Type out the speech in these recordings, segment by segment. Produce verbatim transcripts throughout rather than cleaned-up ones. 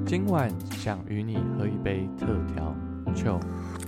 今晚想与你喝一杯特调酒。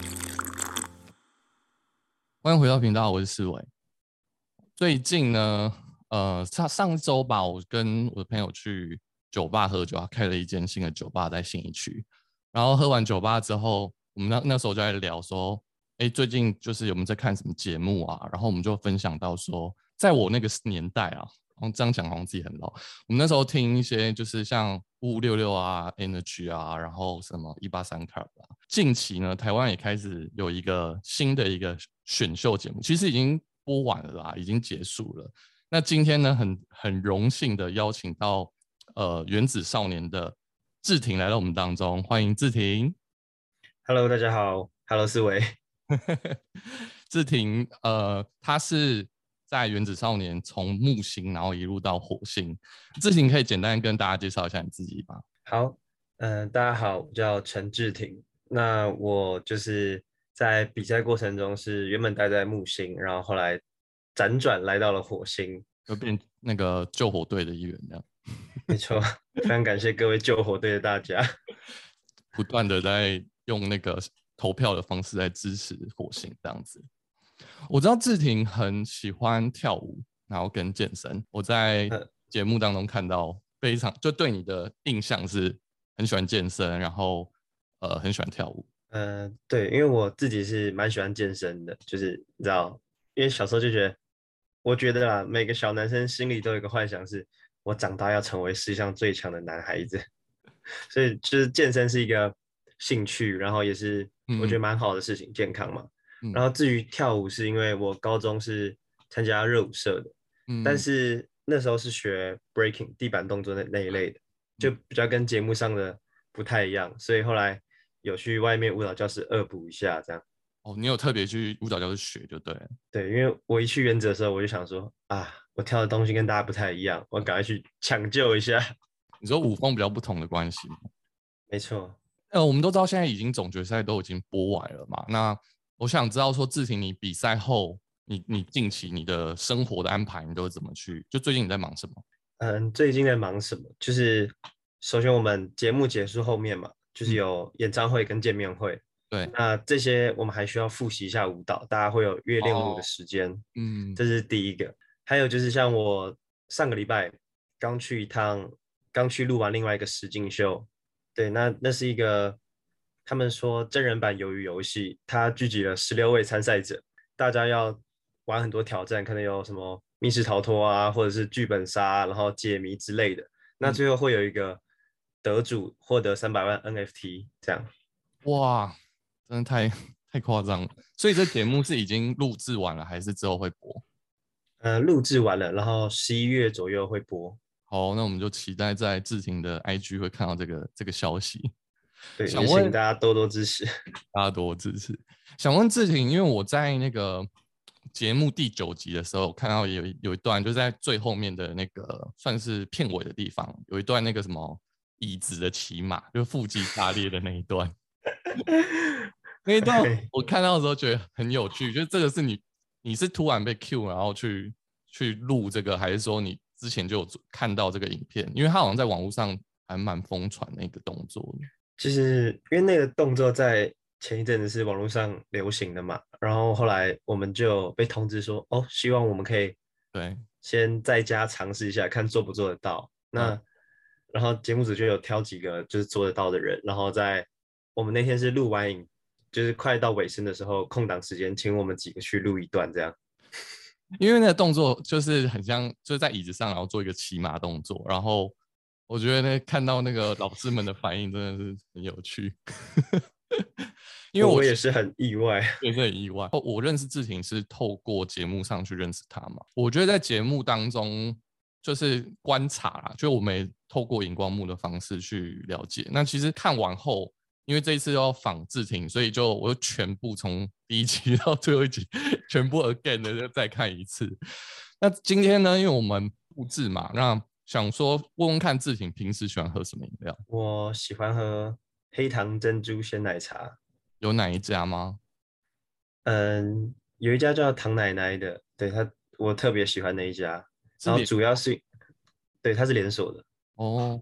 欢迎回到频道，我是世伟。最近呢，呃，上上周吧，我跟我的朋友去酒吧喝酒，他开了一间新的酒吧在信义区。然后喝完酒吧之后，我们那那时候就在聊说，哎，最近就是有没有在看什么节目啊？然后我们就分享到说，在我那个年代啊，这样讲好像自己很老。我们那时候听一些就是像五五六六啊、Energy 啊，然后什么一八三 Club 啊。近期呢，台湾也开始有一个新的一个选秀节目，其实已经播完了啦，已经结束了。那今天呢，很很荣幸的邀请到呃原子少年的志廷来到我们当中，欢迎志廷。 Hello，大家好，Hello，思维。 志廷，呃，他是在原子少年从木星，然后一路到火星。志廷可以简单跟大家介绍一下你自己吗？ 好，嗯、呃，大家好，我叫陈志廷。那我就是在比赛过程中是原本待在木星，然后后来辗转来到了火星， 就变那个救火队的一员这样。 没错，非常感谢各位救火队的大家， 不断的在用那个投票的方式来支持火星这样子。我知道志廷很喜欢跳舞，然后跟健身。我在节目当中看到非常就对你的印象是很喜欢健身，然后呃很喜欢跳舞。 嗯、呃，对，因为我自己是蛮喜欢健身的，就是你知道，因为小时候就觉得，我觉得啦，每个小男生心里都有一个幻想是，我长大要成为世界上最强的男孩子。所以就是健身是一个兴趣，然后也是我觉得蛮好的事情，嗯、健康嘛。嗯、然后至于跳舞，是因为我高中是参加热舞社的，嗯、但是那时候是学 breaking 地板动作那那一类的，就比较跟节目上的不太一样，所以后来有去外面舞蹈教室恶补一下，这样。 哦，你有特别去舞蹈教室学就对了。 对，因为我一去原则的时候，我就想说啊，我跳的东西跟大家不太一样，我赶快去抢救一下。 你说舞风比较不同的关系吗？ 没错。 呃，我们都知道现在已经总决赛都已经播完了嘛。那我想知道说，志廷你比赛后，你你近期你的生活的安排，你都怎么去？就最近你在忙什么？ 嗯，最近在忙什么？就是首先我们节目结束后面嘛，就是有演唱会跟见面会。 对， 那这些我们还需要复习一下舞蹈，大家会有约练舞的时间。哦、嗯，这是第一个。还有就是像我上个礼拜刚去一趟，刚去录完另外一个实境秀。对，那那是一个他们说真人版鱿鱼游戏，它聚集了十六位参赛者，大家要玩很多挑战，可能有什么密室逃脱啊，或者是剧本杀，然后解谜之类的。那最后会有一个得主获得三百万 N F T， 这样。 哇，真的太太夸张了。所以这节目是已经录制完了，还是之后会播？ 呃，录制完了，然后十一月左右会播。 好，那我们就期待在志廷的 I G 会看到这个这个消息。 对，想问请大家多多支持， 大家多多支持。想问志廷，因为我在那个节目第九集的时候，看到有有一段，就在最后面的那个算是片尾的地方，有一段那个什么椅子的骑马，就腹肌炸裂的那一段。那一段我看到的时候觉得很有趣，就是这个是你你是突然被 Q 然后去去录这个，还是说你之前就有看到这个影片？因为他好像在网络上还蛮疯传那个动作的。 就是因为那个动作在前一阵子是网络上流行的嘛，然后后来我们就被通知说，哦，希望我们可以对先在家尝试一下，看做不做得到。那、嗯、然后节目组就有挑几个就是做得到的人，然后在我们那天是录完影，就是快到尾声的时候，空档时间请我们几个去录一段这样。 因为那个动作就是很像，就是在椅子上，然后做一个骑马动作，然后我觉得呢，看到那个老师们的反应真的是很有趣。因为 我, 我也是很意外， 也是很意外。我认识志廷是透过节目上去认识他嘛。我觉得在节目当中就是观察啦，就我们也透过荧光幕的方式去了解。那其实看完后，因为这一次要访志廷，所以就我就全部从第一集到最后一集全部 again 的再看一次。那今天呢，因为我们布置嘛，那想说问问看志廷平时喜欢喝什么饮料？ 我喜欢喝黑糖珍珠鲜奶茶。 有哪一家吗？ 嗯，有一家叫唐奶奶的，对，他我特别喜欢那一家，然后主要是，对，它是连锁的哦，但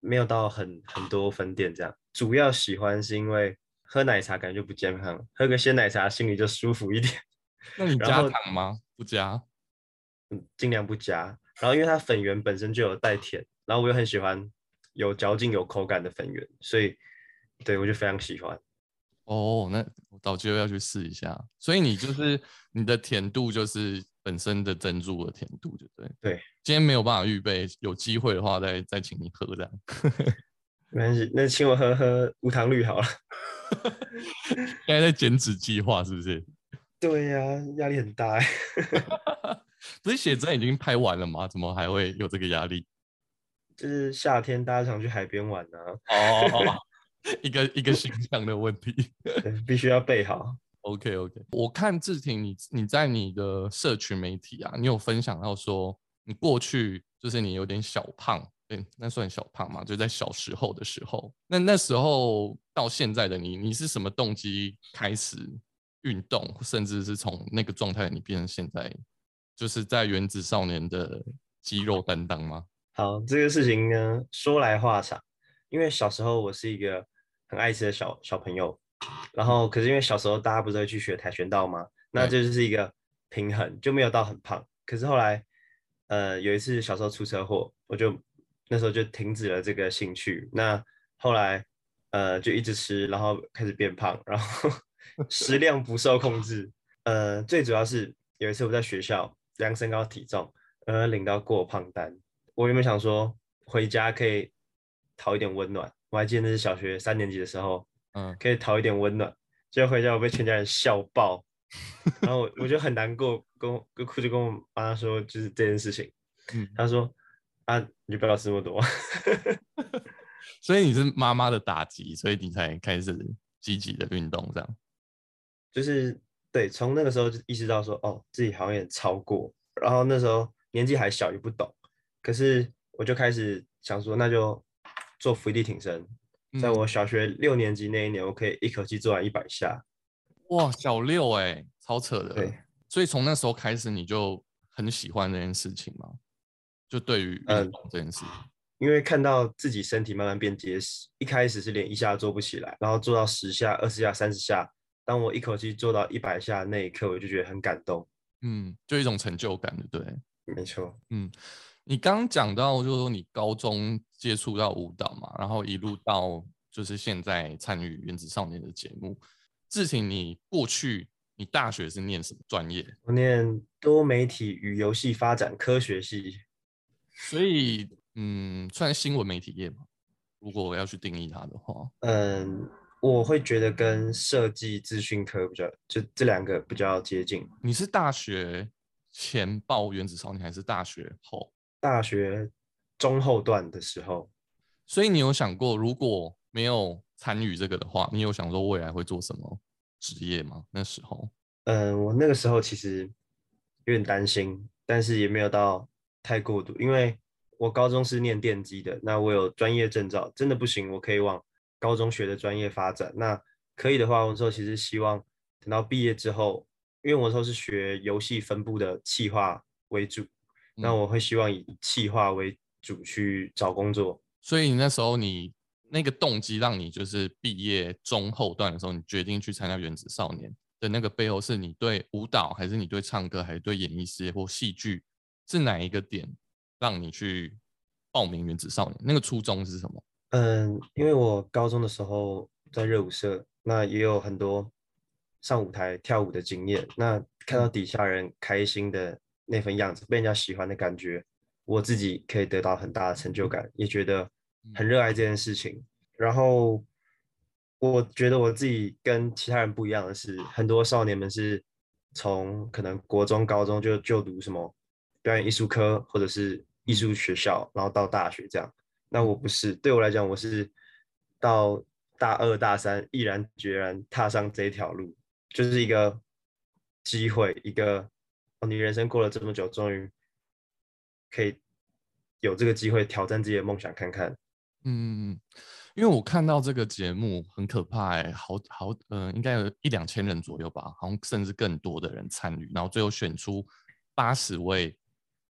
没有到很很多分店这样。主要喜欢是因为喝奶茶感觉就不健康，喝个鲜奶茶心里就舒服一点。 那你加然后糖吗？不加。 嗯尽量不加。然后因为它粉圆本身就有带甜，然后我又很喜欢有嚼劲、有口感的粉圆，所以对我就非常喜欢。 哦，那我早就要去试一下。所以你就是你的甜度就是本身的珍珠的甜度，就对。 对， 今天没有办法预备，有机会的话再再请你喝这样。 没关系，那请我喝喝无糖绿好了。 现在在减脂计划是不是？ 对呀、啊，压力很大。 不是写真已经拍完了吗？怎么还会有这个压力？ 就是夏天大家常去海边玩啊， 哦哦，一个一个形象的问题。 对，必须要备好。 OK OK，我看志廷你你在你的社群媒体啊，你有分享到说你过去就是你有点小胖，对，那算小胖吗？就在小时候的时候，那那时候到现在的你，你是什么动机开始运动，甚至是从那个状态你变成现在就是在原子少年的肌肉担当吗？ 好，这个事情呢，说来话长，因为小时候我是一个很爱吃的小小朋友，然后可是因为小时候大家不是会去学跆拳道吗？那对， 这就是一个平衡，就没有到很胖。可是后来，呃，有一次小时候出车祸，我就那时候就停止了这个兴趣。那后来，呃，就一直吃，然后开始变胖，然后食量不受控制。呃，最主要是有一次我在学校量身高体重，呃，领到过胖单。我原本想说回家可以讨一点温暖，我还记得那是小学三年级的时候， 嗯， 可以讨一点温暖。结果回家我被全家人笑爆，然后我我就很难过，跟我跟哭着跟我妈说就是这件事情。 嗯， 她说啊，你就不要吃那么多。 所以你是妈妈的打击，所以你才开始积极的运动这样。 就是对，从那个时候就意识到说，哦，自己好像也超过，然后那时候年纪还小也不懂，可是我就开始想说，那就做伏地挺身。在嗯， 我小学六年级那一年，我可以一口气做完一百下。 哇，小六哎、欸超扯的。 对， 所以从那时候开始，你就很喜欢这件事情吗？就对于运嗯， 动这件事。 因为看到自己身体慢慢变结实，一开始是连一下做不起来，然后做到十下、二十下、三十下，当我一口气做到一百下那一刻，我就觉得很感动。 嗯，就一种成就感，对不对？ 没错。 嗯，你刚刚讲到，就是说你高中接触到舞蹈嘛，然后一路到就是现在参与原子少年的节目。志廷，你过去你大学是念什么专业？ 我念多媒体与游戏发展科学系。 所以，嗯，算新闻媒体业嘛？如果我要去定义它的话， 嗯，我会觉得跟设计资讯科比较，就这两个比较接近。 你是大学前报原子少年，还是大学后？ 大学中后段的时候， 所以你有想过，如果没有参与这个的话，你有想说未来会做什么职业吗？那时候， 嗯，我那个时候其实有点担心，但是也没有到太过度，因为我高中是念电机的，那我有专业证照，真的不行，我可以往高中学的专业发展。那可以的话，我那时候其实希望等到毕业之后，因为我那时候是学游戏分部的企划为主，那嗯， 我会希望以企划为主去找工作。 所以那时候你那个动机让你就是毕业中后段的时候，你决定去参加原子少年的那个背后，是你对舞蹈，还是你对唱歌，还是对演艺事业或戏剧，是哪一个点让你去报名原子少年？那个初衷是什么？ 嗯，因为我高中的时候在热舞社，那也有很多上舞台跳舞的经验。那看到嗯底下人开心的那份样子，被人家喜欢的感觉，我自己可以得到很大的成就感，也觉得嗯很热爱这件事情。然后我觉得我自己跟其他人不一样的是，很多少年们是从可能国中、高中就就读什么表演艺术科或者是艺嗯术学校，然后到大学这样。那嗯我不是，对我来讲，我是到大二、大三毅然决然踏上这一条路，就是一个机会，一个哦，你人生过了这么久，终于可以有这个机会挑战自己的梦想，看看。 嗯，因为我看到这个节目很可怕哎、好好呃，应该有一两千人左右吧，好像甚至更多的人参与，然后最后选出八十位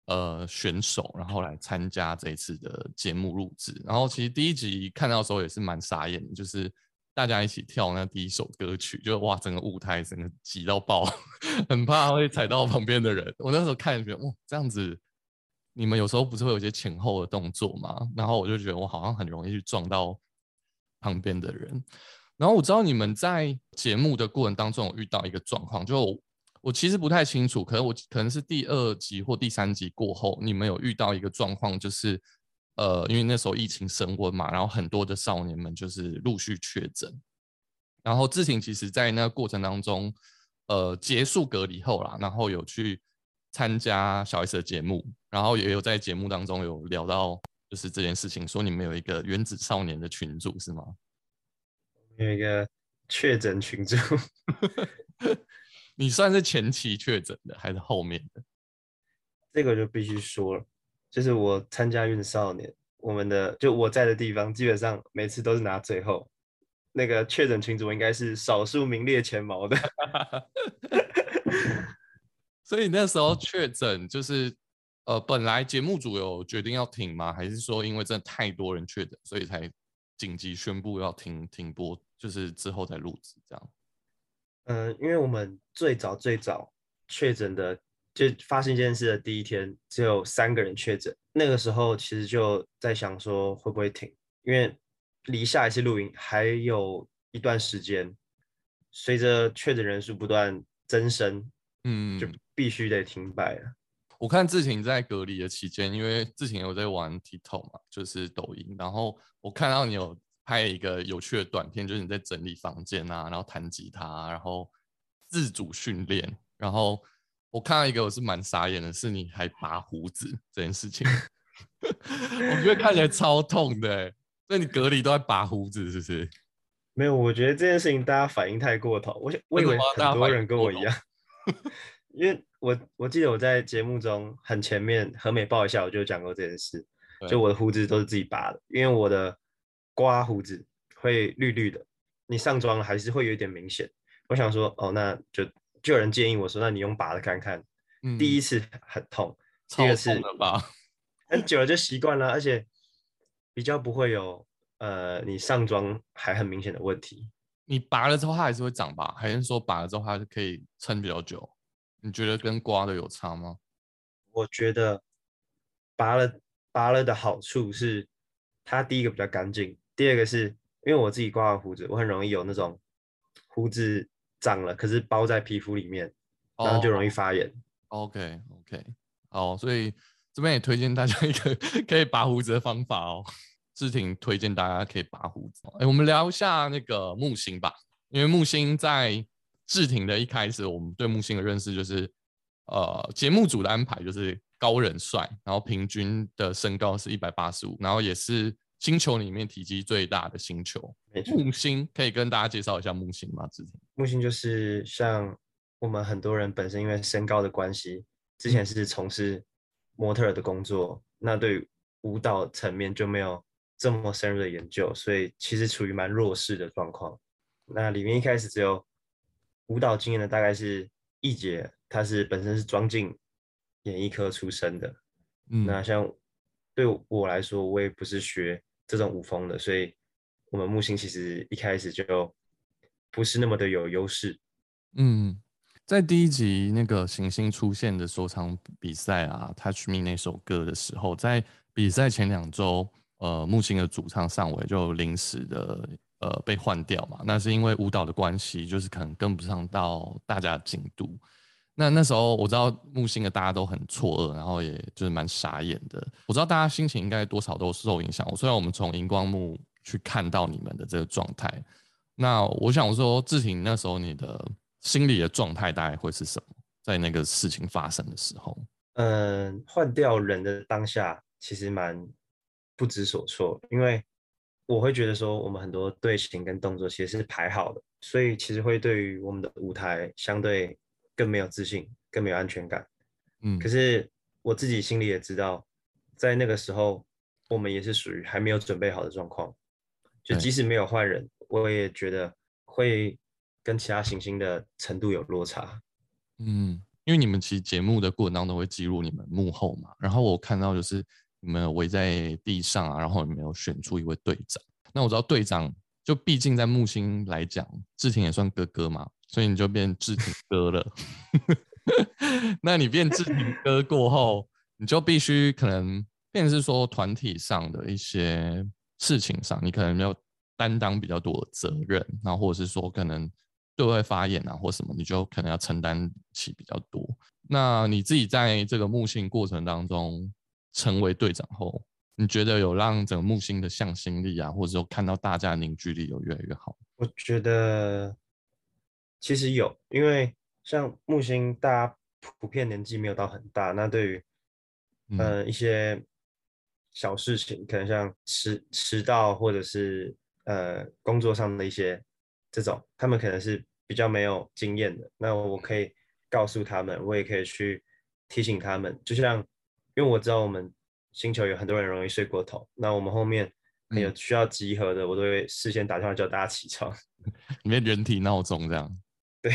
呃选手，然后来参加这一次的节目录制。然后其实第一集看到的时候也是蛮傻眼的，就是大家一起跳那第一首歌曲，就哇整个舞台整个挤到爆，很怕会踩到旁边的人。我那时候看觉得哇这样子。你们有时候不是会有一些前后的动作吗？然后我就觉得我好像很容易去撞到旁边的人。然后我知道你们在节目的过程当中有遇到一个状况，就 我, 我其实不太清楚，可能我可能是第二集或第三集过后，你们有遇到一个状况，就是呃，因为那时候疫情升温嘛，然后很多的少年们就是陆续确诊。然后志廷其实在那个过程当中，呃，结束隔离后啦，然后有去参加小 S 的节目，然后也有在节目当中有聊到就是这件事情，说你们有一个原子少年的群组是吗？ 有一个确诊群组。 你算是前期确诊的还是后面的？ 这个就必须说了，就是我参加运少年，我们的就我在的地方，基本上每次都是拿最后。那个确诊群组应该是少数名列前茅的。 所以那时候确诊就是呃，本来节目组有决定要停吗？还是说因为真的太多人确诊，所以才紧急宣布要停停播，就是之后再录制这样？ 嗯、呃，因为我们最早最早确诊的，就发生这件事的第一天，只有三个人确诊。那个时候其实就在想说会不会停，因为离下一次录影还有一段时间，随着确诊人数不断增生，就嗯， 必须得停摆了。 我看志廷在隔离的期间，因为志廷有在玩 TikTok 嘛，就是抖音，然后我看到你有拍一个有趣的短片，就是你在整理房间啊，然后弹吉他，然后自主训练，然后我看到一个我是蛮傻眼的，是你还拔胡子这件事情，我觉得看起来超痛的欸，所以你隔离都在拔胡子是不是？ 没有，我觉得这件事情大家反应太过头。我我以为什么为很多大家反应过头？ 人跟我一样，因为我我记得我在节目中很前面和美报一下，我就讲过这件事。就对， 我的胡子都是自己拔的，因为我的刮胡子会绿绿的，你上妆了还是会有一点明显。我想说，哦，那就就有人建议我说，那你用拔的看看。第嗯， 一次很痛，第超二次痛的吧？ 很久了就习惯了，而且比较不会有呃你上妆还很明显的问题。 你拔了之后它还是会长吧？还是说拔了之后它就可以撑比较久？你觉得跟刮的有差吗？ 我觉得拔了拔了的好处是，它第一个比较干净，第二个是因为我自己刮完胡子，我很容易有那种胡子长了，可是包在皮肤里面，然后就容易哦发炎。 ，OK OK，好，所以这边也推荐大家一个可以拔胡子的方法哦。志廷推荐大家可以拔胡子。哎，我们聊一下那个木星吧，因为木星在志廷的一开始，我们对木星的认识就是，呃，节目组的安排就是高人帅，然后平均的身高是一百八十五，然后也是星球里面体积最大的星球。 没错， 木星可以跟大家介绍一下木星吗？志廷？ 木星就是像我们很多人本身因为身高的关系，之嗯前是从事模特儿的工作，那对于舞蹈层面就没有这么深入的研究，所以其实处于蛮弱势的状况。那里面一开始只有舞蹈经验的大概是一姐，她是本身是装进演艺科出身的。 嗯那像对我来说，我也不是学这种舞风的，所以我们木星其实一开始就不是那么的有优势。 嗯，在第一集那个行星出现的首场比赛啊，Touch Me 那首歌的时候，在比赛前两周，呃，木星的主唱上尾就临时的呃被换掉嘛，那是因为舞蹈的关系，就是可能跟不上到大家的进度。那那时候我知道木星的大家都很错愕，然后也就是蛮傻眼的。我知道大家心情应该多少都受影响。虽然我们从荧光幕去看到你们的这个状态，那我想说，志廷那时候你的心理的状态大概会是什么？在那个事情发生的时候？ 嗯，换掉人的当下其实蛮不知所措，因为我会觉得说，我们很多队形跟动作其实是排好的，所以其实会对于我们的舞台相对更没有自信，更没有安全感。可嗯， 是我自己心里也知道，在那个时候，我们也是属于还没有准备好的状况，就对， 即使没有换人，我也觉得会跟其他行星的程度有落差。 嗯， 因为你们其实节目的过程当中会记录你们幕后嘛，然后我看到就是你们围在地上啊，然后你们有选出一位队长。那我知道队长就毕竟在木星来讲，志廷也算哥哥嘛，所以你就变志廷哥了。那你变志廷哥过后，你就必须可能变成是说团体上的一些事情上，你可能要担当比较多的责任，然后或者是说可能对外发言啊或什么，你就可能要承担起比较多。那你自己在这个木星过程当中成为队长后，你觉得有让整个木星的向心力啊，或者说看到大家的凝聚力有越来越好？ 我觉得其实有，因为像木星，大家普遍年纪没有到很大，那对于嗯呃一些小事情，可能像迟迟到或者是呃工作上的一些这种，他们可能是比较没有经验的。那我可以告诉他们，我也可以去提醒他们。就像因为我知道我们星球有很多人容易睡过头，那我们后面可能有嗯， 需要集合的，我都会事先打电话叫大家起床。 里面人体闹钟这样。 对，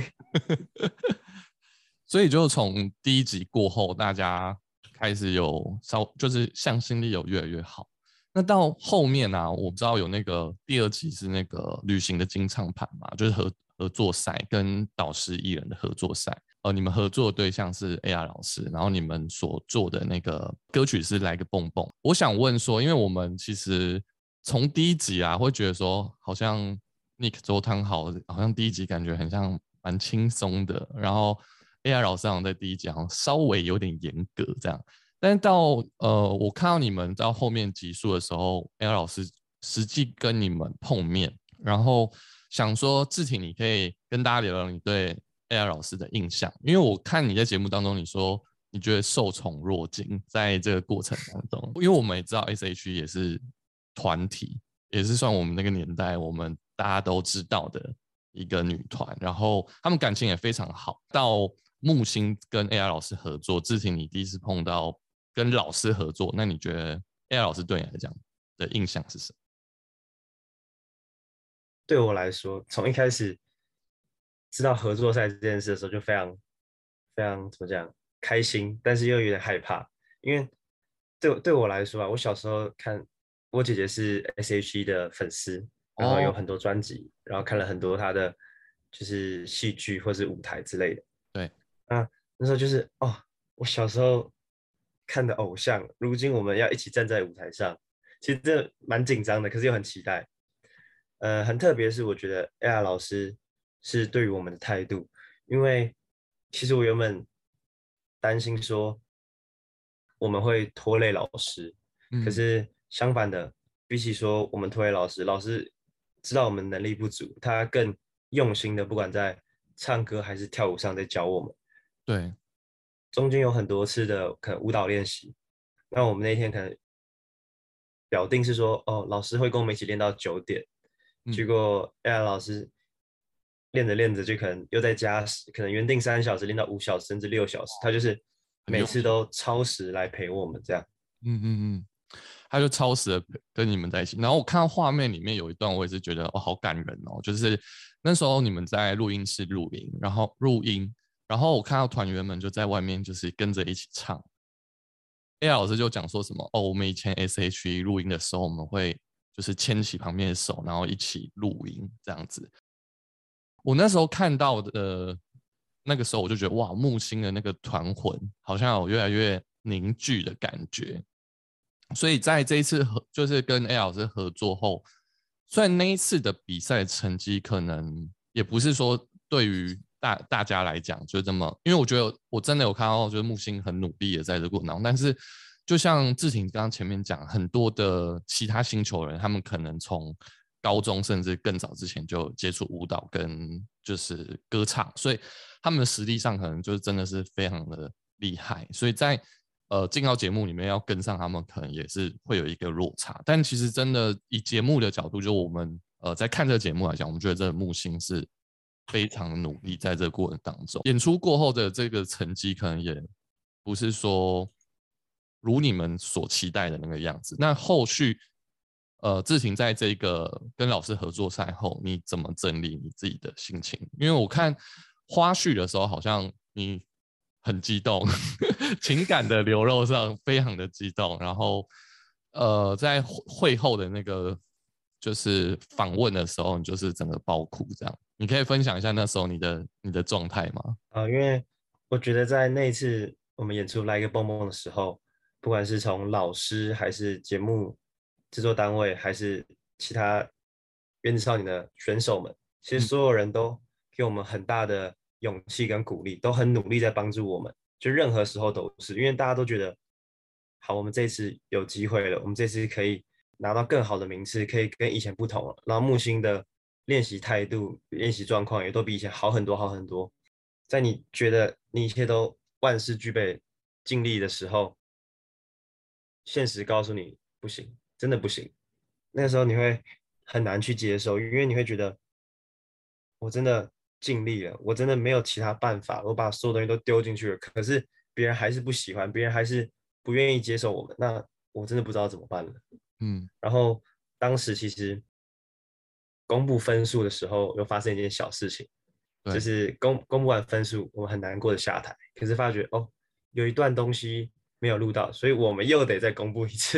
所以就从第一集过后，大家开始有稍就是向心力有越来越好。那到后面啊，我知道有那个第二集是那个旅行的金唱盘嘛，就是合合作赛跟导师艺人的合作赛。呃，你们合作的对象是 A R 老师，然后你们所做的那个歌曲是来个蹦蹦。我想问说，因为我们其实从第一集啊，会觉得说好像 Nick 周汤豪好像第一集感觉很像蛮轻松的，然后 A R 老师好像在第一集好像稍微有点严格这样。但是到呃，我看到你们到后面集数的时候 ，A R 老师实际跟你们碰面，然后想说志廷，你可以跟大家聊聊你对 A R 老师的印象，因为我看你在节目当中你说你觉得受宠若惊，在这个过程当中，因为我们也知道 S H E 也是团体，也是算我们那个年代我们大家都知道的一个女团，然后他们感情也非常好。到木星跟 A R 老师合作，志廷你第一次碰到跟老师合作，那你觉得 A R 老师对你来讲的印象是什么？ 对我来说，从一开始知道合作赛这件事的时候，就非常非常怎么讲开心，但是又有点害怕，因为对对我来说啊，我小时候看我姐姐是 S H E 的粉丝，然后有哦， 很多专辑，然后看了很多她的就是戏剧或是舞台之类的。 对， 那那时候就是哦，我小时候看的偶像，如今我们要一起站在舞台上，其实这蛮紧张的，可是又很期待。呃，很特别是我觉得 A R 老师是对于我们的态度，因为其实我原本担心说我们会拖累老师，可嗯， 是相反的，比起说我们拖累老师，老师知道我们能力不足，他更用心的，不管在唱歌还是跳舞上在教我们。 对， 中间有很多次的可能舞蹈练习，那我们那天可能表定是说，哦，老师会跟我们一起练到九点，结嗯， 果 A R 老师练着练着就可能又在加时，可能原定三小时练到五小时甚至六小时，他就是很用心。 每次都超时来陪我们这样。 嗯嗯嗯，他就超时的跟你们在一起。然后我看到画面里面有一段，我也是觉得哦，好感人哦。就是那时候你们在录音室录音，然后录音，然后我看到团员们就在外面就是跟着一起唱。A 老师就讲说什么哦，我们以前 S H E 录音的时候，我们会就是牵起旁边的手，然后一起录音这样子。我那时候看到的那个时候，我就觉得哇，木星的那个团魂好像有越来越凝聚的感觉。所以在这一次合就是跟 A 老师合作后，虽然那一次的比赛成绩可能也不是说对于大大家来讲就这么，因为我觉得我真的有看到，就是木星很努力的在这过程当中，但是就像志廷刚刚前面讲，很多的其他星球人，他们可能从高中甚至更早之前就接触舞蹈跟就是歌唱，所以他们的实力上可能就是真的是非常的厉害，所以在呃进到节目里面要跟上他们，可能也是会有一个落差。但其实真的以节目的角度，就我们呃在看这个节目来讲，我们觉得这个木星是非常努力在这个过程当中，演出过后的这个成绩可能也不是说如你们所期待的那个样子。那后续呃志廷在这个跟老师合作赛后，你怎么整理你自己的心情？因为我看花絮的时候，好像你很激动，情感的流露上非常的激动。然后，呃，在会后的那个就是访问的时候，你就是整个爆哭这样。你可以分享一下那时候你的你的状态吗？ 啊、因为我觉得在那一次我们演出《来一个蹦蹦》的时候，不管是从老师还是节目制作单位，还是其他原子少年的选手们，其实嗯所有人都给我们很大的勇气跟鼓励，都很努力在帮助我们。就任何时候都是，因为大家都觉得，好，我们这次有机会了，我们这次可以拿到更好的名次，可以跟以前不同了。然后木星的练习态度、练习状况也都比以前好很多，好很多。在你觉得你一切都万事俱备、尽力的时候，现实告诉你不行，真的不行。那个时候你会很难去接受，因为你会觉得我真的尽力了，我真的没有其他办法，我把所有东西都丢进去了，可是别人还是不喜欢，别人还是不愿意接受我们，那我真的不知道怎么办了。 嗯然后当时其实公布分数的时候，又发生一件小事情，就对， 是公公布完分数，我们很难过的下台，可是发觉哦，有一段东西没有录到，所以我们又得再公布一次。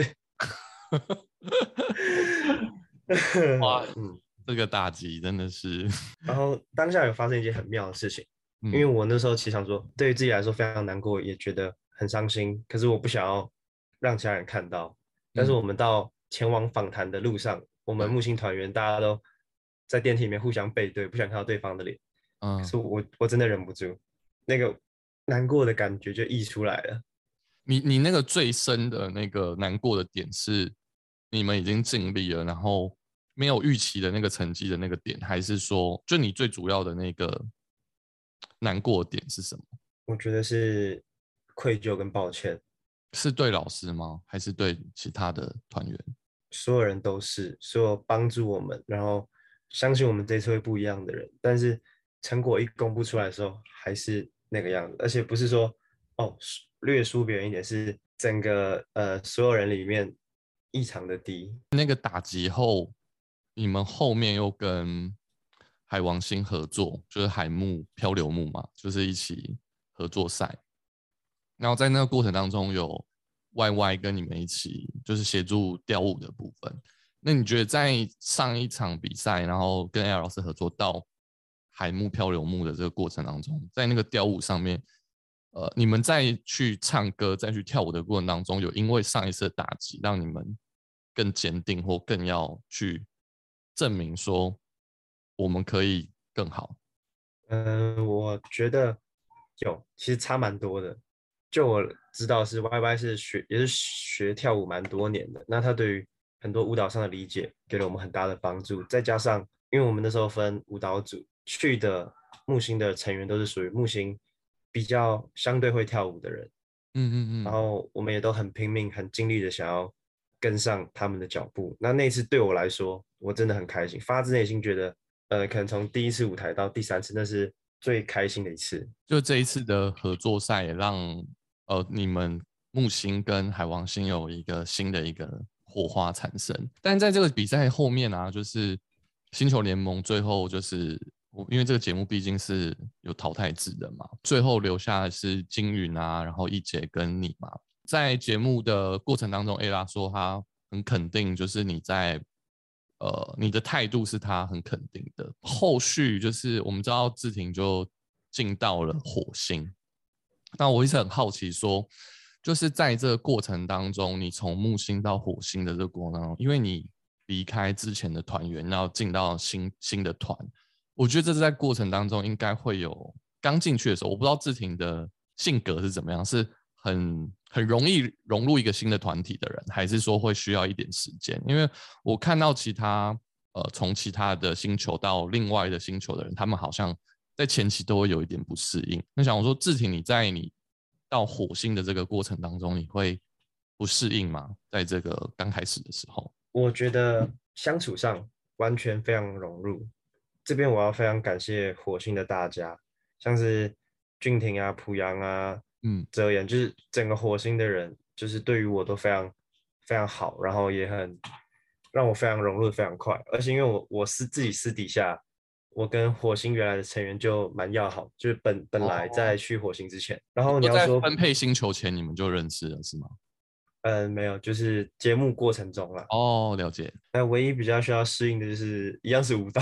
哇， 嗯， 这个打击真的是， 然后当下有发生一件很妙的事情，因为嗯我那时候其实想说，对于自己来说非常难过，也觉得很伤心，可是我不想要让其他人看到。但是嗯， 我们到前往访谈的路上，我们对， 木星团员大家都在电梯里面互相背对，不想看到对方的脸。可嗯， 是我我真的忍不住，那个难过的感觉就溢出来了。 你你那个最深的那个难过的点是你们已经尽力了，然后没有预期的那个成绩的那个点，还是说就你最主要的那个难过的点是什么？ 我觉得是愧疚跟抱歉， 是对老师吗？还是对其他的团员？ 所有人都是所有帮助我们，然后相信我们这次会不一样的人，但是成果一公布出来的时候，还是那个样子，而且不是说哦略输别人一点，是整个呃所有人里面异常的低。 那个打击后，你们后面又跟海王星合作，就是海木漂流木嘛，就是一起合作赛。然后在那个过程当中，有 Y Y 跟你们一起就是协助调舞的部分。那你觉得在上一场比赛，然后跟 L 老师合作到海木漂流木的这个过程当中，在那个调舞上面，呃，你们在去唱歌、再去跳舞的过程当中，有因为上一次的打击，让你们更坚定，或更要去证明说我们可以更好？ 嗯，我觉得有，其实差蛮多的。就我知道是 Y Y 是学也是学跳舞蛮多年的，那他对于很多舞蹈上的理解给了我们很大的帮助。再加上，因为我们那时候分舞蹈组去的木星的成员都是属于木星比较相对会跳舞的人， 嗯嗯然嗯， 后我们也都很拼命、很尽力的想要跟上他们的脚步。那那次对我来说，我真的很开心，发自内心觉得，呃，可能从第一次舞台到第三次，那是最开心的一次。 就这一次的合作赛，也让呃你们木星跟海王星有一个新的一个火花产生。但在这个比赛后面啊，就是星球联盟最后就是因为这个节目毕竟是有淘汰制的嘛，最后留下的是金云啊，然后一姐跟你嘛。在节目的过程当中，A 拉说他很肯定，就是你在呃你的态度是他很肯定的。后续就是我们知道志廷就进到了火星，那我一直很好奇说，就是在这个过程当中，你从木星到火星的这个过程当中，因为你离开之前的团员，然后进到新新的团，我觉得这是在过程当中应该会有刚进去的时候，我不知道志廷的性格是怎么样，是很很容易融入一个新的团体的人，还是说会需要一点时间？因为我看到其他呃从其他的星球到另外的星球的人，他们好像在前期都会有一点不适应。那想我说，志廷，你在你到火星的这个过程当中，你会不适应吗？在这个刚开始的时候， 我觉得相处上完全非常融入。这边我要非常感谢火星的大家，像是俊廷啊、濮阳啊、 嗯泽言，就是整个火星的人，就是对于我都非常非常好，然后也很让我非常融入的非常快。而且因为我我私自己私底下我跟火星原来的成员就蛮要好，就是本本来在哦， 去火星之前，然后你就在要说， 分配星球前你们就认识了是吗？ 嗯，没有，就是节目过程中啦。 哦，了解。 那唯一比较需要适应的就是一样是舞蹈。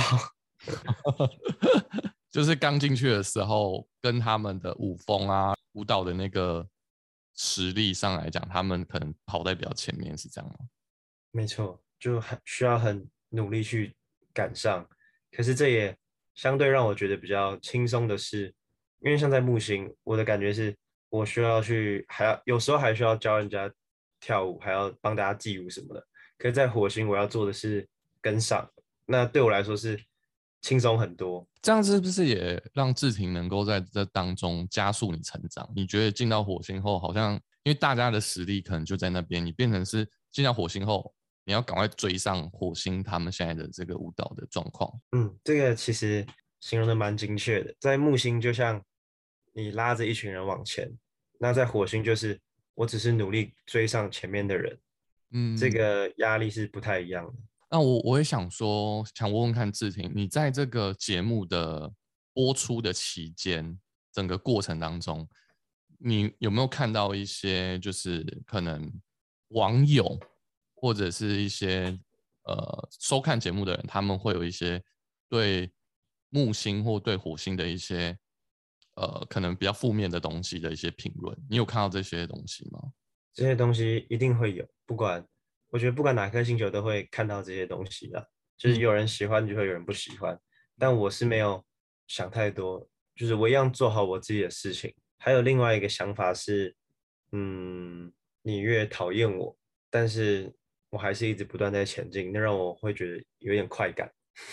就是刚进去的时候，跟他们的舞风啊、舞蹈的那个实力上来讲，他们可能跑在比较前面，是这样吗？ 没错，就很需要很努力去赶上。可是这也相对让我觉得比较轻松的是，因为像在木星，我的感觉是我需要去，还要有时候还需要教人家跳舞，还要帮大家记舞什么的。可是，在火星，我要做的是跟上，那对我来说是轻松很多。 这样是不是也让志廷能够在这当中加速你成长？你觉得进到火星后，好像因为大家的实力可能就在那边，你变成是进到火星后，你要赶快追上火星他们现在的这个舞蹈的状况。 嗯，这个其实形容的蛮精确的。在木星，就像你拉着一群人往前，那在火星就是我只是努力追上前面的人，这嗯， 个压力是不太一样的。 那我我也想说，想问问看志廷，你在这个节目的播出的期间，整个过程当中，你有没有看到一些就是可能网友或者是一些呃收看节目的人，他们会有一些对木星或对火星的一些呃可能比较负面的东西的一些评论，你有看到这些东西吗？ 这些东西一定会有，不管我觉得不管哪颗星球都会看到这些东西的，就是嗯有人喜欢就会有人不喜欢，但我是没有想太多，就是我一样做好我自己的事情。还有另外一个想法是，嗯，你越讨厌我，但是我还是一直不断在前进，那让我会觉得有点快感。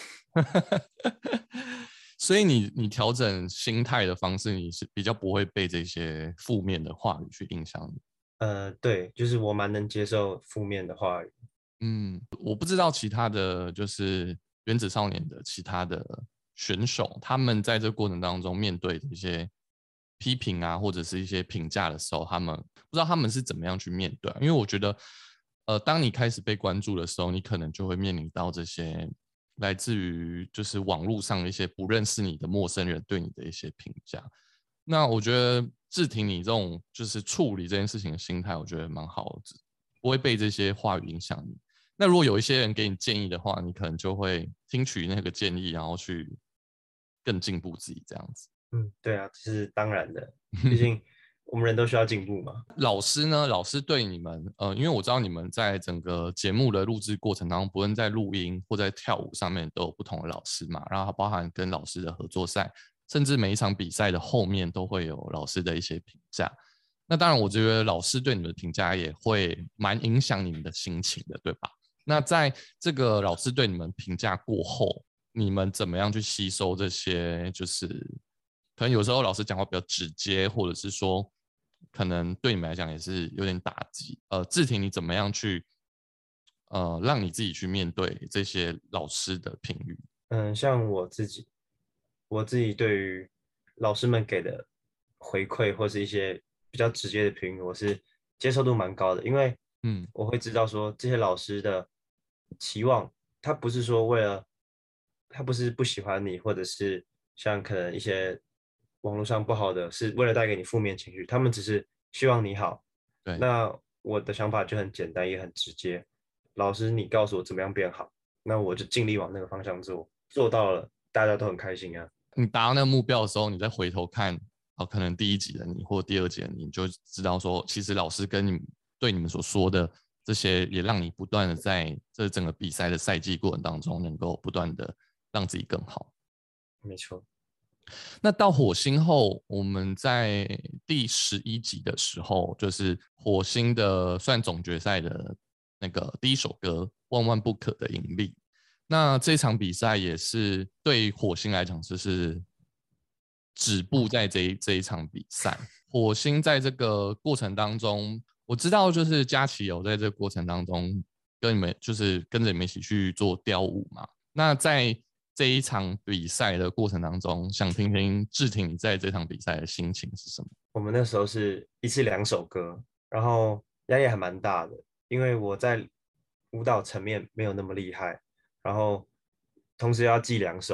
所以你你调整心态的方式，你是比较不会被这些负面的话语去影响你。 呃，对，就是我蛮能接受负面的话语。 嗯，我不知道其他的就是原子少年的其他的选手，他们在这个过程当中面对这些批评啊，或者是一些评价的时候，他们不知道他们是怎么样去面对啊。因为我觉得，呃，当你开始被关注的时候，你可能就会面临到这些来自于就是网络上一些不认识你的陌生人对你的一些评价。那我觉得志廷你这种就是处理这件事情的心态，我觉得蛮好的，不会被这些话语影响你。那如果有一些人给你建议的话，你可能就会听取那个建议，然后去更进步自己这样子。 嗯，对啊，这是当然的，毕竟我们人都需要进步嘛。 老师呢？老师对你们，呃，因为我知道你们在整个节目的录制过程当中，不论在录音或在跳舞上面都有不同的老师嘛，然后包含跟老师的合作赛，甚至每一场比赛的后面都会有老师的一些评价。那当然，我觉得老师对你们的评价也会蛮影响你们的心情的，对吧？那在这个老师对你们评价过后，你们怎么样去吸收这些？就是可能有时候老师讲话比较直接，或者是说可能对你们来讲也是有点打击。呃，志廷你怎么样去呃让你自己去面对这些老师的评语？ 嗯，像我自己，我自己对于老师们给的回馈或是一些比较直接的评语，我是接受度蛮高的，因为嗯， 我会知道说这些老师的期望，他不是说为了，他不是不喜欢你，或者是像可能一些网络上不好的，是为了带给你负面情绪，他们只是希望你好。 对。 那我的想法就很简单，也很直接，老师你告诉我怎么样变好，那我就尽力往那个方向做。做到了，大家都很开心啊。 你达到那个目标的时候，你再回头看，哦，可能第一集的你或第二集的你，你就知道说，其实老师跟你对你们所说的这些，也让你不断的在这整个比赛的赛季过程当中，能够不断的让自己更好。 没错。 那到火星后，我们在第十一集的时候，就是火星的算总决赛的那个第一首歌《万万不可的引力》。那这场比赛也是对火星来讲，就是止步在这一这一场比赛。火星在这个过程当中，我知道就是佳琪有在这个过程当中跟你们就是跟着你们一起去做雕舞嘛。那在这一场比赛的过程当中，想听听志廷你在这场比赛的心情是什么？ 我们那时候是一次两首歌，然后压力还蛮大的，因为我在舞蹈层面没有那么厉害，然后同时要记两首，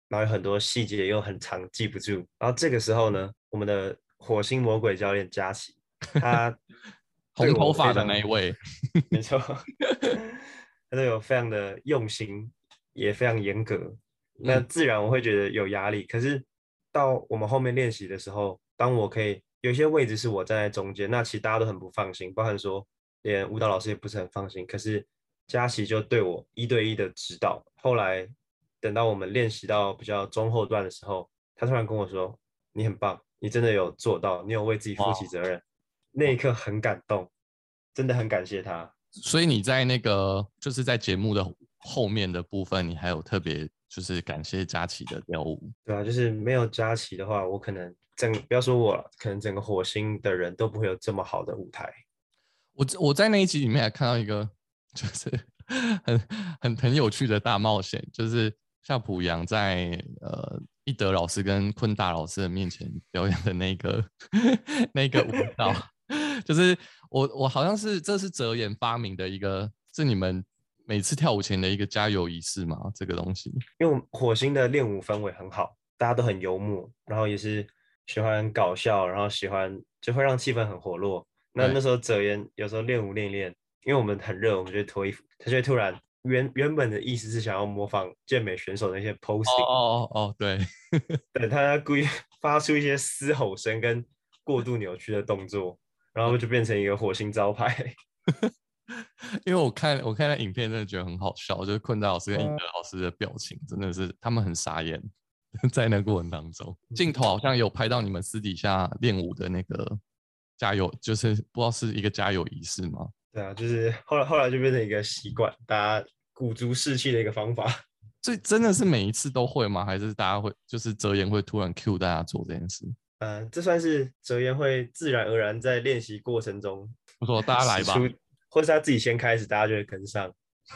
然后有很多细节又很长记不住。然后这个时候呢，我们的火星魔鬼教练佳琪，他红头发的那一位， 没错，他对我非常的用心，也非常严格。那自然我会觉得有压力。可是到我们后面练习的时候，当我可以有些位置是我站在中间，那其实大家都很不放心，包含说连舞蹈老师也不是很放心。可是佳琪就对我一对一的指导。后来等到我们练习到比较中后段的时候，他突然跟我说：“你很棒，你真的有做到，你有为自己负起责任。”那一刻很感动，真的很感谢他。 所以你在那个就是在节目的后面的部分，你还有特别就是感谢佳琪的跳舞。 对啊，就是没有佳琪的话，我可能整不要说我了，可能整个火星的人都不会有这么好的舞台。 我我在那一集里面还看到一个就是很很很有趣的大冒险，就是夏普阳在呃一德老师跟昆达老师的面前表演的那个那个舞蹈，就是我我好像是这是哲言发明的一个，是你们每次跳舞前的一个加油仪式吗？这个东西？ 因为我们火星的练舞氛围很好，大家都很幽默，然后也是喜欢搞笑，然后喜欢就会让气氛很活络。那那时候哲言有时候练舞练一练，因为我们很热，我们就会脱衣服，他就会突然原原本的意思是想要模仿健美选手的一些 posing， 哦哦哦哦，对， 对，他故意发出一些嘶吼声跟过度扭曲的动作，然后就变成一个火星招牌。 因为我看我看那影片，真的觉得很好笑，就是坤达老师跟一德老师的表情，真的是他们很傻眼，在那过程当中，镜头好像有拍到你们私底下练舞的那个加油，就是不知道是一个加油仪式吗？ 对啊，就是后来后来就变成一个习惯，大家鼓足士气的一个方法。 所以真的是每一次都会吗？还是大家会就是哲言会突然 cue 大家做这件事？ 呃，这算是哲言会自然而然在练习过程中， 我说大家来吧， 或是他自己先开始，大家就会跟上。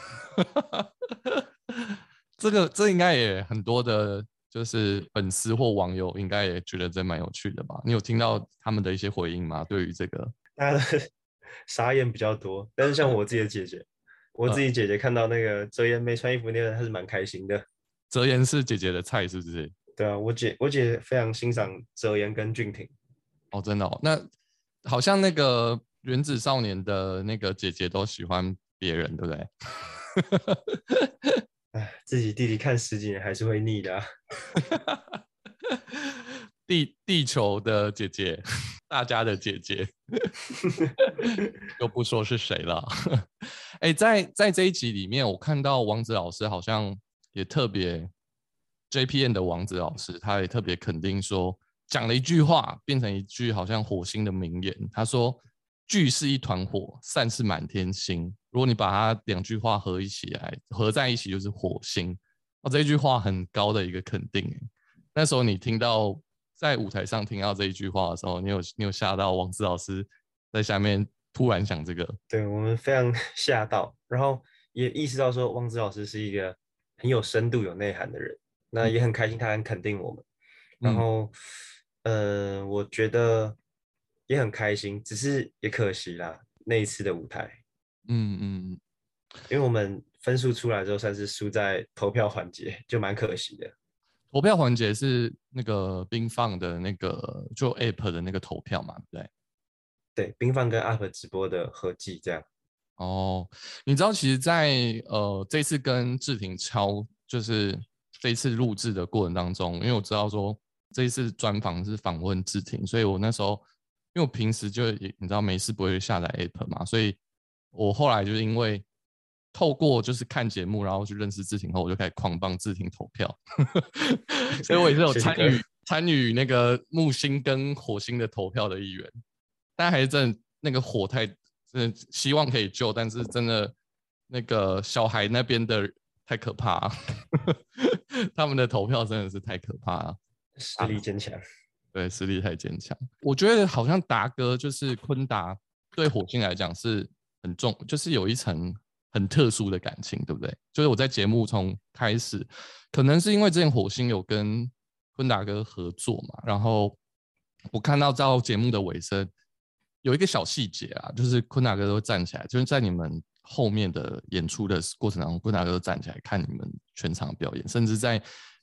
这个这应该也很多的，就是粉丝或网友应该也觉得这蛮有趣的吧？你有听到他们的一些回应吗？对于这个， 大家傻眼比较多，但是像我自己的姐姐，我自己姐姐看到那个哲言没穿衣服那个，她是蛮开心的。 哲言是姐姐的菜，是不是？ 对啊，我姐我姐非常欣赏哲言跟俊廷。 哦，真的哦，那好像那个原子少年的那个姐姐都喜欢别人，对不对？ 哎，自己弟弟看十几年还是会腻的啊。 地地球的姐姐，大家的姐姐，就不说是谁了。哎，在在这一集里面，我看到王子老师好像也特别 J P N 的王子老师，他也特别肯定说，讲了一句话，变成一句好像火星的名言。他说：“聚是一团火，散是满天星。”如果你把它两句话合一起来，合在一起就是火星。哦，这一句话很高的一个肯定。那时候你听到在舞台上听到这一句话的时候，你有你有吓到王子老师在下面突然想这个？ 对，我们非常吓到，然后也意识到说汪子老师是一个很有深度、有内涵的人，那也很开心他很肯定我们。然后，嗯、呃，我觉得也很开心，只是也可惜啦，那一次的舞台， 嗯嗯， 因为我们分数出来之后算是输在投票环节，就蛮可惜的。 投票环节是那个冰放的那个就 App 的那个投票嘛，对不对？ 对，冰放跟 U P 直播的合计这样。 哦，你知道，其实在，在呃这次跟志廷敲，就是这一次录制的过程当中，因为我知道说这一次专访是访问志廷，所以我那时候因为我平时就你知道没事不会下载 App 嘛，所以我后来就是因为透过就是看节目，然后去认识志廷后，我就开始狂帮志廷投票，所以我也是有参与参与那个木星跟火星的投票的一员，但还是真的那个火太。真的希望可以救，但是真的那个小孩那边的太可怕了，他们的投票真的是太可怕了， 实力坚强、啊， 对，实力太坚强。我觉得好像达哥就是坤达，对火星来讲是很重，就是有一层很特殊的感情，对不对？就是我在节目从开始，可能是因为之前火星有跟坤达哥合作嘛，然后我看到到节目的尾声。有一个小细节啊，就是坤达哥都站起来，就是在你们后面的演出的过程当中，坤达哥都站起来看你们全场表演，甚至在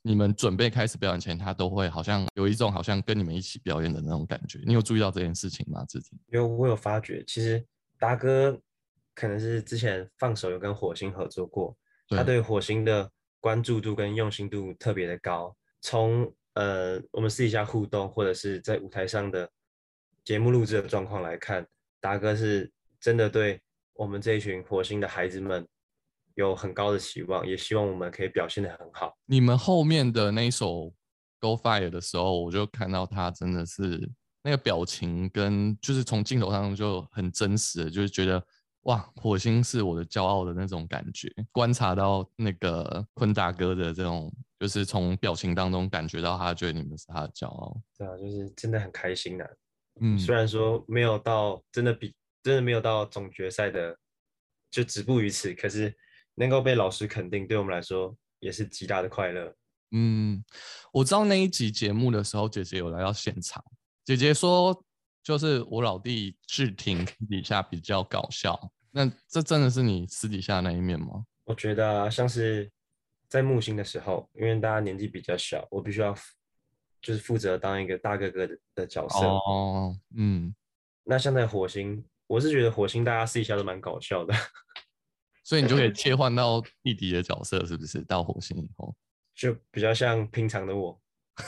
你们准备开始表演前，他都会好像有一种好像跟你们一起表演的那种感觉。你有注意到这件事情吗？志廷？ 因为我有发觉，其实达哥可能是之前放手有跟火星合作过，他对， 对火星的关注度跟用心度特别的高。从呃我们私底下互动，或者是在舞台上的节目录制的状况来看，达哥是真的对我们这一群火星的孩子们有很高的期望，也希望我们可以表现得很好。 你们后面的那一首《Go Fire》的时候，我就看到他真的是那个表情跟就是从镜头上就很真实的，就是觉得哇，火星是我的骄傲的那种感觉。观察到那个坤大哥的这种，就是从表情当中感觉到他觉得你们是他的骄傲。 对啊，就是真的很开心的、 嗯虽然说没有到真的比真的没有到总决赛的，就止步于此，可是能够被老师肯定，对我们来说也是极大的快乐。 嗯，我知道那一集节目的时候，姐姐有来到现场。姐姐说，就是我老弟志廷私底下比较搞笑。那这真的是你私底下那一面吗？ 我觉得啊，像是在木星的时候，因为大家年纪比较小，我必须要就是负责当一个大哥哥的的角色。 哦，嗯， 那像在火星，我是觉得火星大家私底下都蛮搞笑的， 所以你就可以切换到弟弟的角色，是不是？到火星以后， 就比较像平常的我。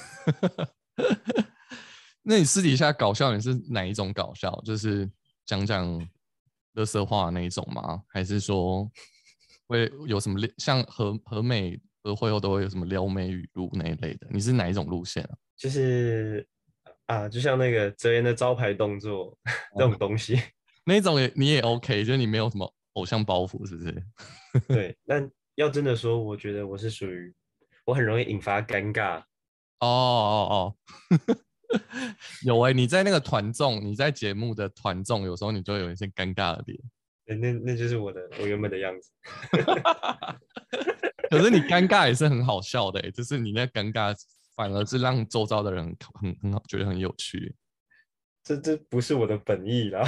那你私底下搞笑，你是哪一种搞笑？就是讲讲垃圾话那一种吗？还是说会有什么像和和美和会后都会有什么撩妹语录那一类的？你是哪一种路线啊？ 就是啊，就像那个泽言的招牌动作这种哦， 东西。 那一种也你也 OK，就是你没有什么偶像包袱，是不是？ 对，但要真的说，我觉得我是属于我很容易引发尴尬。 哦哦哦，有哎、欸，你在那个团综，你在节目的团综，有时候你就会有一些尴尬的脸。 对那那就是我的我原本的样子。 可是你尴尬也是很好笑的、欸，就是你那尴尬反而是让周遭的人很很好，觉得很有趣。 这这不是我的本意啦。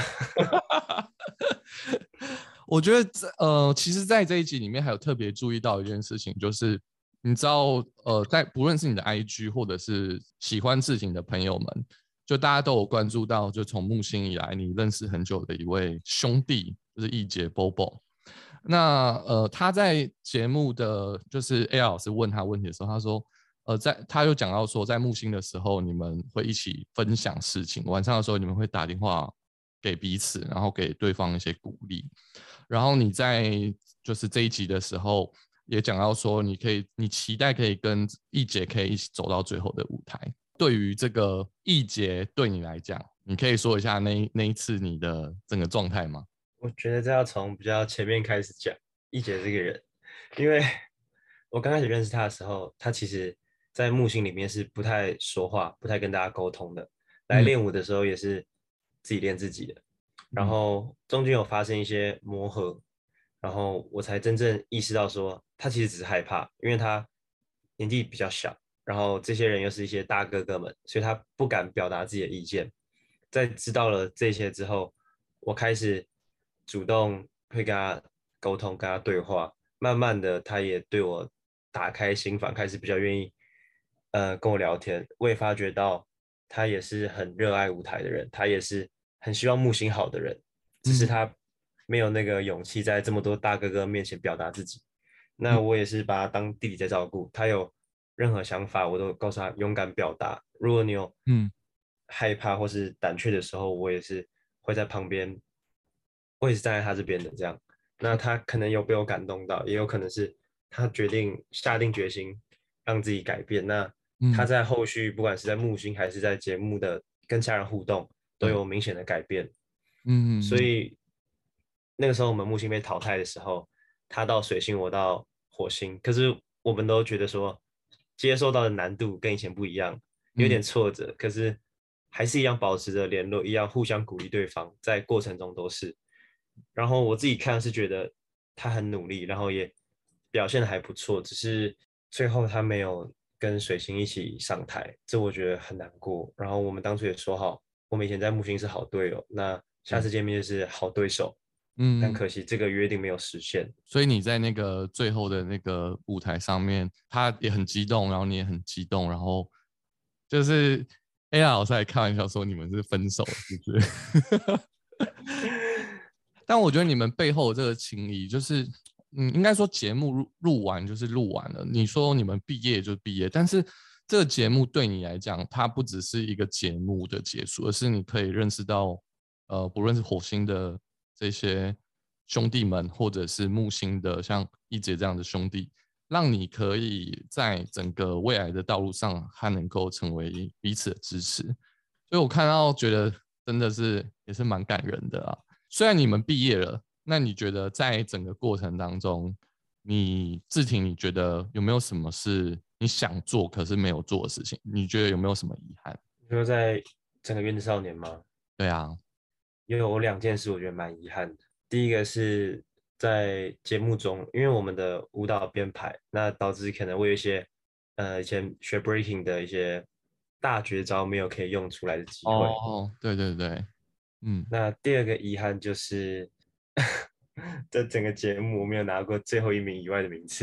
我觉得这呃，其实，在这一集里面还有特别注意到一件事情，就是你知道，呃，在不论是你的 I G 或者是喜欢事情的朋友们，就大家都有关注到，就从木星以来你认识很久的一位兄弟，就是易杰 Bobo。那呃，他在节目的就是 A 老师问他问题的时候，他说，呃，在他又讲到说，在木星的时候，你们会一起分享事情，晚上的时候你们会打电话给彼此，然后给对方一些鼓励。然后你在就是这一集的时候也讲到说，你可以，你期待可以跟易杰可以一起走到最后的舞台。对于这个易杰对你来讲，你可以说一下那那一次你的整个状态吗？ 我觉得这要从比较前面开始讲一杰这个人，因为我刚开始认识他的时候，他其实在木星里面是不太说话、不太跟大家沟通的。来嗯练舞的时候也是自己练自己的，然嗯后中间有发生一些磨合，然后我才真正意识到说，他其实只是害怕，因为他年纪比较小，然后这些人又是一些大哥哥们，所以他不敢表达自己的意见。在知道了这些之后，我开始主动会跟他沟通，跟他对话，慢慢的他也对我打开心房，开始比较愿意呃跟我聊天。我也发觉到他也是很热爱舞台的人，他也是很希望木星好的人，只是嗯他没有那个勇气在这么多大哥哥面前表达自己。那嗯我也是把他当弟弟在照顾，他有任何想法，我都告诉他勇敢表达。如果你有嗯害怕或是胆怯的时候，我也是会在旁边，我也是站在他这边的这样。那他可能有被我感动到，也有可能是他决定下定决心让自己改变。那他嗯， 在后续不管是在木星还是在节目的跟家人互动，都对， 有明显的改变。 嗯嗯所以那个时候我们木星被淘汰的时候，他到水星，我到火星，可是我们都觉得说接受到的难度跟以前不一样，有嗯点挫折，可是还是一样保持着联络，一样互相鼓励对方，在过程中都是。然后我自己看是觉得他很努力，然后也表现的还不错，只是最后他没有跟水星一起上台，这我觉得很难过。然后我们当初也说好，我们以前在木星是好队友，那下对， 次见面就是好对手。 嗯， 但可惜这个约定没有实现。 所以你在那个最后的那个舞台上面，他也很激动，然后你也很激动，然后就是 A R 老师还开玩笑说你们是分手，是不是？但我觉得你们背后的这个情谊，就是嗯，应该说节目录录完就是录完了。你说你们毕业就毕业，但是这个节目对你来讲，它不只是一个节目的结束，而是你可以认识到，呃，不论是火星的这些兄弟们，或者是木星的像一姐这样的兄弟，让你可以在整个未来的道路上，还能够成为彼此的支持。所以我看到觉得真的是也是蛮感人的啊。虽然你们毕业了，那你觉得在整个过程当中，你志廷你觉得有没有什么是你想做可是没有做的事情？你觉得有没有什么遗憾？ 你说在整个《原子少年》吗？ 对啊， 有两件事我觉得蛮遗憾的。第一个是在节目中，因为我们的舞蹈编排，那导致可能会有一些呃以前学 breaking 的一些大绝招没有可以用出来的机会。 哦，对对对，嗯， 那第二个遗憾就是这整个节目我没有拿过最后一名以外的名次，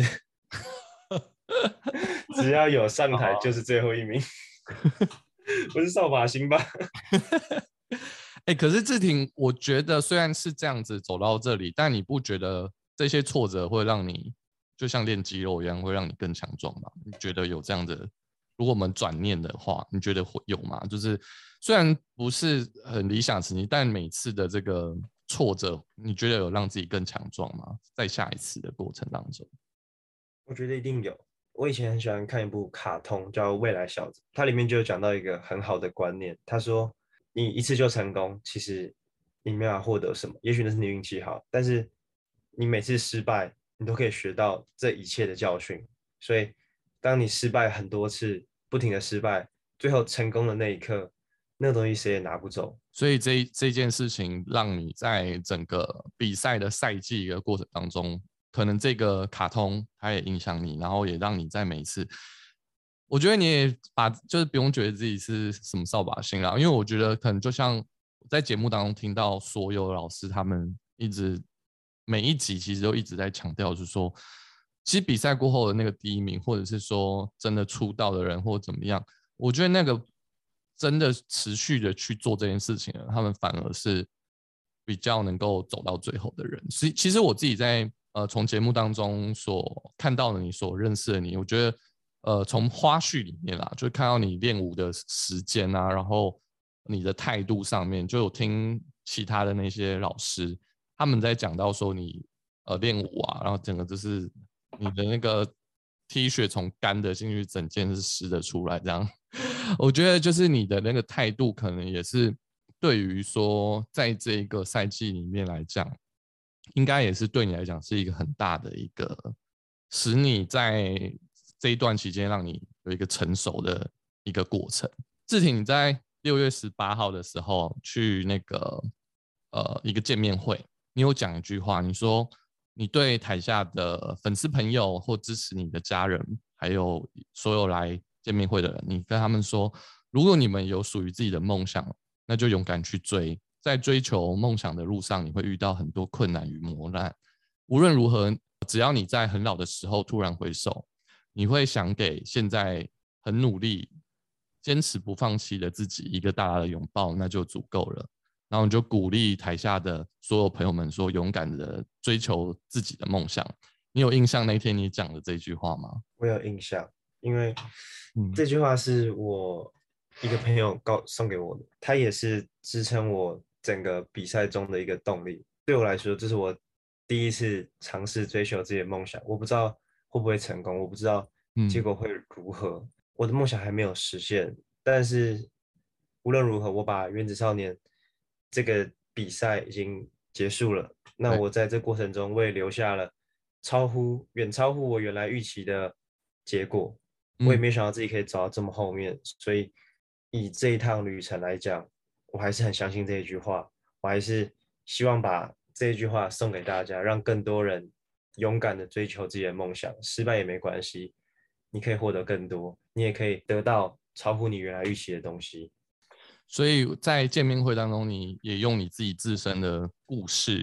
只要有上台就是最后一名。不是扫把星吧？ 哎，可是志廷，我觉得虽然是这样子走到这里，但你不觉得这些挫折会让你就像练肌肉一样，会让你更强壮吗？你觉得有这样的？如果我们转念的话，你觉得会有吗？就是虽然不是很理想成绩，但每次的这个挫折，你觉得有让自己更强壮吗？在下一次的过程当中， 我觉得一定有。我以前很喜欢看一部卡通叫《未来小子》，它里面就有讲到一个很好的观念。他说，你一次就成功，其实你没办法获得什么，也许那是你运气好，但是你每次失败，你都可以学到这一切的教训。所以，当你失败很多次，不停的失败，最后成功的那一刻，那个东西谁也拿不走。 所以这这件事情让你在整个比赛的赛季的过程当中，可能这个卡通它也影响你，然后也让你在每一次，我觉得你也把就是不用觉得自己是什么扫把星啦，因为我觉得可能就像在节目当中听到所有老师他们一直每一集其实都一直在强调，就是说，其实比赛过后的那个第一名，或者是说真的出道的人或怎么样，我觉得那个真的持续的去做这件事情的，他们反而是比较能够走到最后的人。所以其实我自己在呃从节目当中所看到的你，所认识的你，我觉得呃从花絮里面啦，就看到你练舞的时间啊，然后你的态度上面，就有听其他的那些老师他们在讲到说你呃练舞啊，然后整个就是你的那个 T 恤从干的进去，整件是湿的出来，这样。我觉得就是你的那个态度，可能也是对于说，在这一个赛季里面来讲，应该也是对你来讲是一个很大的一个，使你在这一段期间让你有一个成熟的一个过程。志廷，你在六月十八号的时候去那个呃一个见面会，你有讲一句话，你说你对台下的粉丝朋友或支持你的家人，还有所有来见面会的人，你跟他们说，如果你们有属于自己的梦想，那就勇敢去追。在追求梦想的路上，你会遇到很多困难与磨难。无论如何，只要你在很老的时候突然回首，你会想给现在很努力、坚持不放弃的自己一个大大的拥抱，那就足够了。然后你就鼓励台下的所有朋友们说，勇敢的追求自己的梦想。你有印象那天你讲的这句话吗？ 我有印象，因为这句话是我一个朋友告送给我的，他也是支撑我整个比赛中的一个动力。对我来说，这是我第一次尝试追求自己的梦想，我不知道会不会成功，我不知道结果会如何，嗯、我的梦想还没有实现，但是无论如何，我把原子少年这个比赛已经结束了。那我在这过程中，我也留下了超乎远超乎我原来预期的结果。我也没想到自己可以走到这么后面，所以以这一趟旅程来讲，我还是很相信这一句话。我还是希望把这一句话送给大家，让更多人勇敢的追求自己的梦想，失败也没关系，你可以获得更多，你也可以得到超乎你原来预期的东西。 所以在见面会当中，你也用你自己自身的故事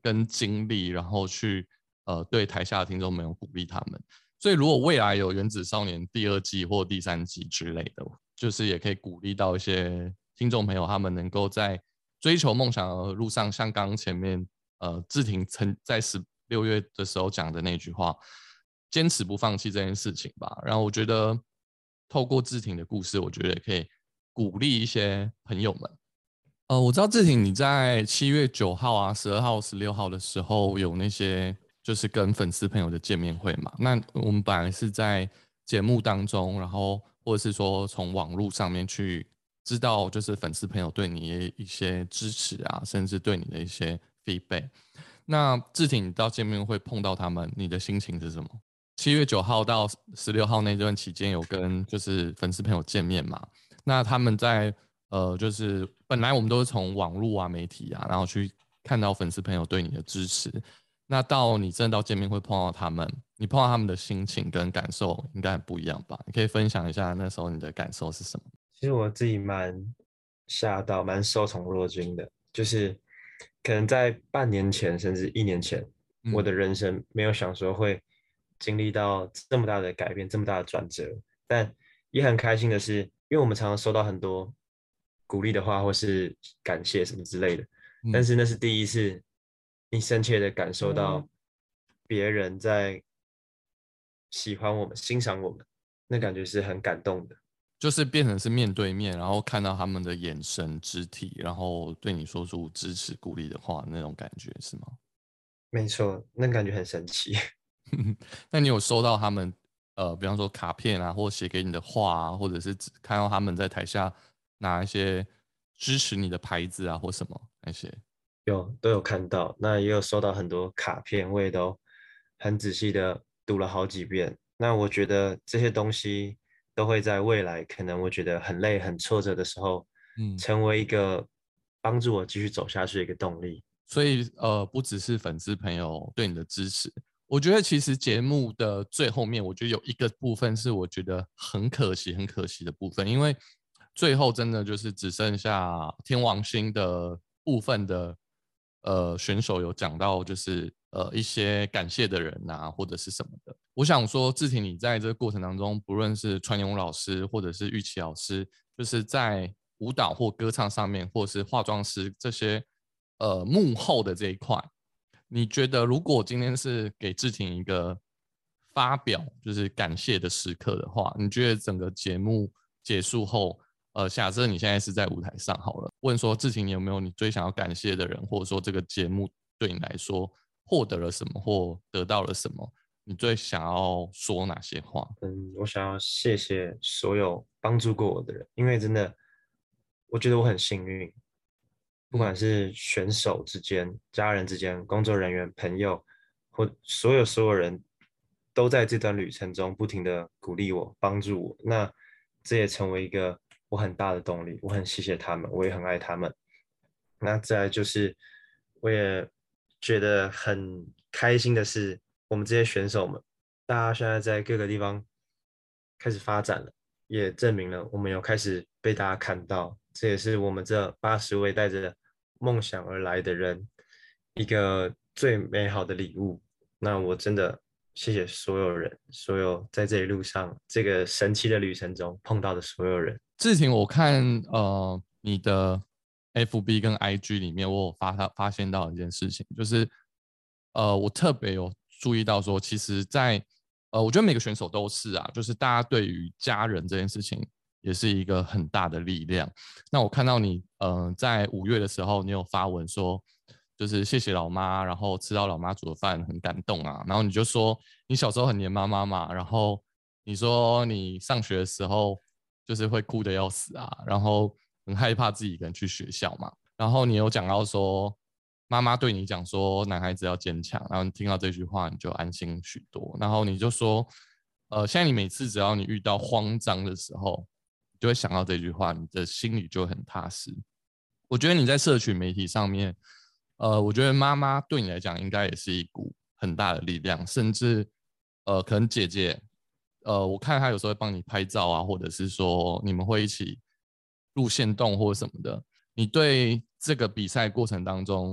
跟精力，然后去呃对台下的听众们有鼓励他们。所以如果未来有《原子少年》第二季或第三季之类的，就是也可以鼓励到一些听众朋友，他们能够在追求梦想的路上，像刚刚前面呃志廷曾在十六月的时候讲的那句话，坚持不放弃这件事情吧。然后我觉得透过志廷的故事，我觉得也可以鼓励一些朋友们。呃，我知道志廷你在七月九号啊、十二号、十六号的时候有那些就是跟粉丝朋友的见面会嘛。那我们本来是在节目当中，然后或者是说从网络上面去知道，就是粉丝朋友对你一些支持啊，甚至对你的一些 feedback。那志廷，你到见面会碰到他们，你的心情是什么？七月九号到十六号那段期间，有跟就是粉丝朋友见面嘛？那他们在呃，就是本来我们都是从网络啊、媒体啊，然后去看到粉丝朋友对你的支持。那到你真的到见面会碰到他们，你碰到他们的心情跟感受应该很不一样吧？你可以分享一下那时候你的感受是什么？ 其实我自己蛮吓到，蛮受宠若惊的，就是可能在半年前甚至一年前， 嗯、 我的人生没有想说会经历到这么大的改变，这么大的转折，但也很开心的是，因为我们常常收到很多鼓励的话或是感谢什么之类的， 嗯、 但是那是第一次，你深切的感受到别人在喜欢我们、欣赏我们，那感觉是很感动的。 就是变成是面对面，然后看到他们的眼神、肢体，然后对你说出支持、鼓励的话，那种感觉是吗？ 没错，那感觉很神奇。 那你有收到他们呃，比方说卡片啊，或写给你的话啊，或者是看到他们在台下拿一些支持你的牌子啊，或什么那些？ 有都有看到，那也有收到很多卡片，我也都很仔细的读了好几遍。那我觉得这些东西都会在未来，可能我觉得很累、很挫折的时候， 嗯， 成为一个帮助我继续走下去的一个动力。 所以呃，不只是粉丝朋友对你的支持，我觉得其实节目的最后面，我觉得有一个部分是我觉得很可惜、很可惜的部分，因为最后真的就是只剩下天王星的部分的呃选手有讲到，就是呃一些感谢的人啊，或者是什么的。我想说，志廷你在这个过程当中，不论是传勇老师或者是玉琪老师，就是在舞蹈或歌唱上面，或者是化妆师这些呃幕后的这一块，你觉得如果今天是给志廷一个发表就是感谢的时刻的话，你觉得整个节目结束后，呃，假设你现在是在舞台上好了，问说志廷你有没有你最想要感谢的人，或者说这个节目对你来说获得了什么或得到了什么，你最想要说哪些话？ 嗯，我想要谢谢所有帮助过我的人，因为真的，我觉得我很幸运，不嗯管是选手之间、家人之间、工作人员、朋友，或所有所有人都在这段旅程中不停的鼓励我、帮助我。那这也成为一个我很大的动力，我很谢谢他们，我也很爱他们。那再来就是，我也觉得很开心的是，我们这些选手们，大家现在在各个地方开始发展了，也证明了我们有开始被大家看到。这也是我们这八十位带着梦想而来的人一个最美好的礼物。那我真的谢谢所有人，所有在这一路上这个神奇的旅程中碰到的所有人。 志廷，我看呃你的 F B 跟 I G 里面，我有发发现到一件事情，就是呃我特别有注意到说，其实在，在呃我觉得每个选手都是啊，就是大家对于家人这件事情也是一个很大的力量。那我看到你呃在五月的时候，你有发文说，就是谢谢老妈，然后吃到老妈煮的饭很感动啊，然后你就说你小时候很黏妈妈嘛，然后你说你上学的时候就是会哭得要死啊，然后很害怕自己一个人去学校嘛，然后你有讲到说妈妈对你讲说男孩子要坚强，然后你听到这句话你就安心许多，然后你就说呃现在你每次只要你遇到慌张的时候，就会想到这句话，你的心里就很踏实。我觉得你在社群媒体上面，呃，我觉得妈妈对你来讲应该也是一股很大的力量，甚至呃，可能姐姐，呃，我看她有时候会帮你拍照啊，或者是说你们会一起录限动或者什么的。你对这个比赛过程当中，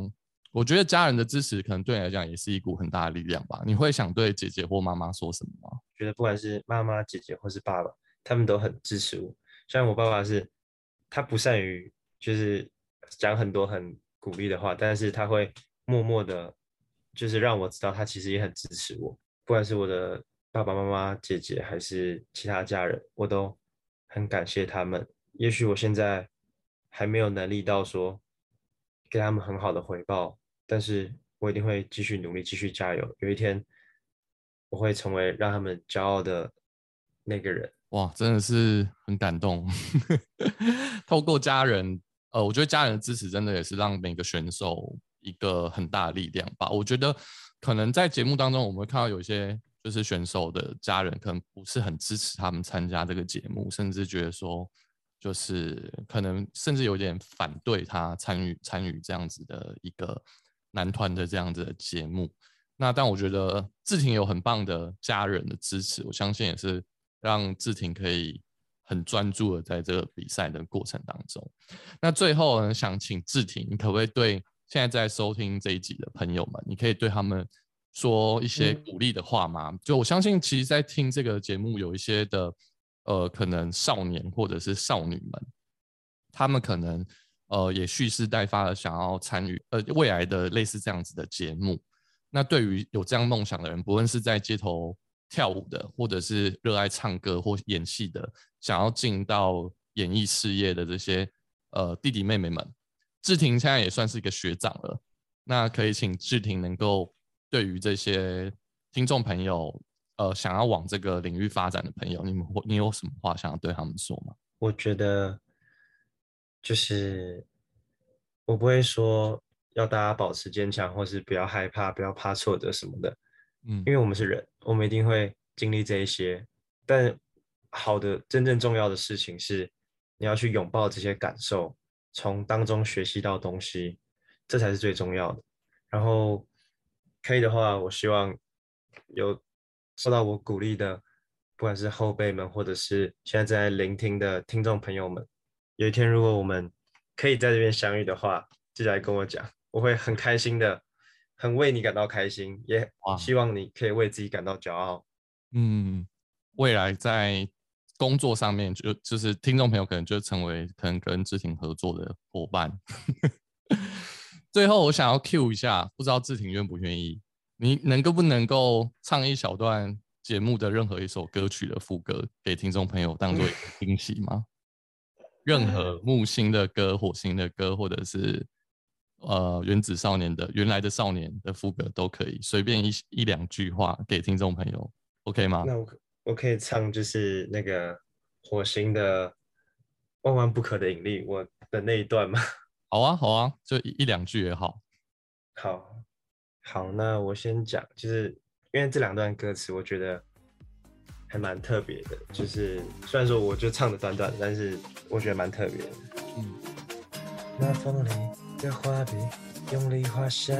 我觉得家人的支持可能对你来讲也是一股很大的力量吧。你会想对姐姐或妈妈说什么吗？ 觉得不管是妈妈、姐姐或是爸爸，他们都很支持我。像我爸爸是，他不善于就是讲很多很鼓励的话，但是他会默默的，就是让我知道他其实也很支持我。不管是我的爸爸妈妈、姐姐还是其他家人，我都很感谢他们。也许我现在还没有能力到说给他们很好的回报，但是我一定会继续努力，继续加油。有一天，我会成为让他们骄傲的那个人。 哇，真的是很感动。透过家人，呃，我觉得家人的支持真的也是让每个选手一个很大的力量吧。我觉得可能在节目当中，我们会看到有一些就是选手的家人可能不是很支持他们参加这个节目，甚至觉得说，就是可能甚至有点反对他参与参与这样子的一个男团的这样子的节目。那但我觉得志廷有很棒的家人的支持，我相信也是让志廷可以很专注的在这个比赛的过程当中。那最后呢，想请志廷，你可不可以对现在在收听这一集的朋友们，你可以对他们说一些鼓励的话吗？嗯、就我相信，其实，在听这个节目有一些的呃，可能少年或者是少女们，他们可能呃也蓄势待发的想要参与呃未来的类似这样子的节目。那对于有这样梦想的人，不论是在街头跳舞的，或者是热爱唱歌或演戏的，想要进到演艺事业的这些呃弟弟妹妹们，志廷现在也算是一个学长了。那可以请志廷能够对于这些听众朋友，呃，想要往这个领域发展的朋友，你们你有什么话想要对他们说吗？ 我觉得就是我不会说要大家保持坚强，或是不要害怕，不要怕挫折什么的， 嗯， 因为我们是人，我们一定会经历这一些。但好的，真正重要的事情是，你要去拥抱这些感受，从当中学习到东西，这才是最重要的。然后可以的话，我希望有受到我鼓励的，不管是后辈们，或者是现在正在聆听的听众朋友们，有一天如果我们可以在这边相遇的话，记得来跟我讲，我会很开心的，很为你感到开心，也希望你可以为自己感到骄傲。 嗯，未来在工作上面就就是听众朋友可能就成为可能跟志廷合作的伙伴。最后我想要 cue 一下，不知道志廷愿不愿意，你能够不能够唱一小段节目的任何一首歌曲的副歌给听众朋友当做一个惊喜吗？任何木星的歌、火星的歌，或者是呃原子少年的原来的少年的副歌都可以，随便一一两句话给听众朋友 ，OK 吗？ 那我我可以唱就是那个火星的万万不可的引力，我的那一段吗？ 好啊，好啊，就一一两句也好。 好，好，那我先讲，就是因为这两段歌词，我觉得还蛮特别的。就是虽然说我就唱的短短的，但是我觉得蛮特别的。 嗯， 那锋利的画笔用力画下，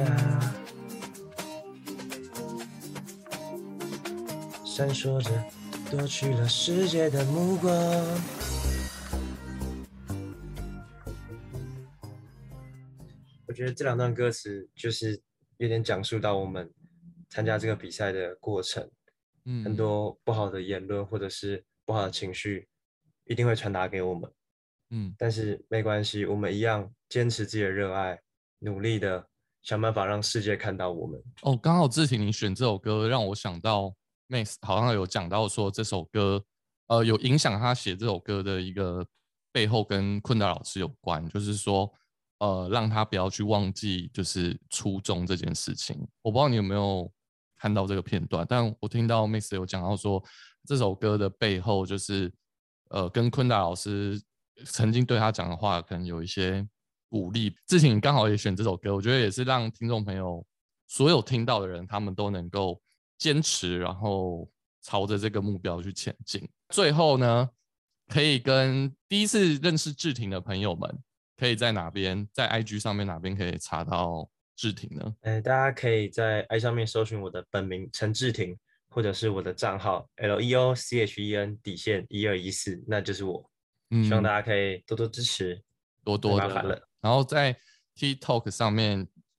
闪烁着夺取了世界的目光。我觉得这两段歌词就是有点讲述到我们参加这个比赛的过程， 嗯， 很多不好的言论或者是不好的情绪一定会传达给我们， 嗯， 但是没关系，我们一样坚持自己的热爱，努力的想办法让世界看到我们。 哦，刚好志廷你选这首歌，让我想到 Max 好像有讲到说这首歌，呃，有影响他写这首歌的一个背后跟坤达老师有关，就是说，呃，让他不要去忘记就是初衷这件事情。我不知道你有没有看到这个片段，但我听到 Max 有讲到说这首歌的背后就是，呃，跟坤达老师曾经对他讲的话，可能有一些鼓励。志廷你刚好也选这首歌，我觉得也是让听众朋友所有听到的人，他们都能够坚持，然后朝着这个目标去前进。最后呢，可以跟第一次认识志廷的朋友们，可以在哪边，在 I G 上面哪边可以查到志廷呢？ 呃，大家可以在 I 上面搜寻我的本名陈志廷，或者是我的账号 L E O C H E N 底线一二一四，那就是我。 嗯， 希望大家可以多多支持， 多多的。 麻烦了。 然后在 TikTok 上面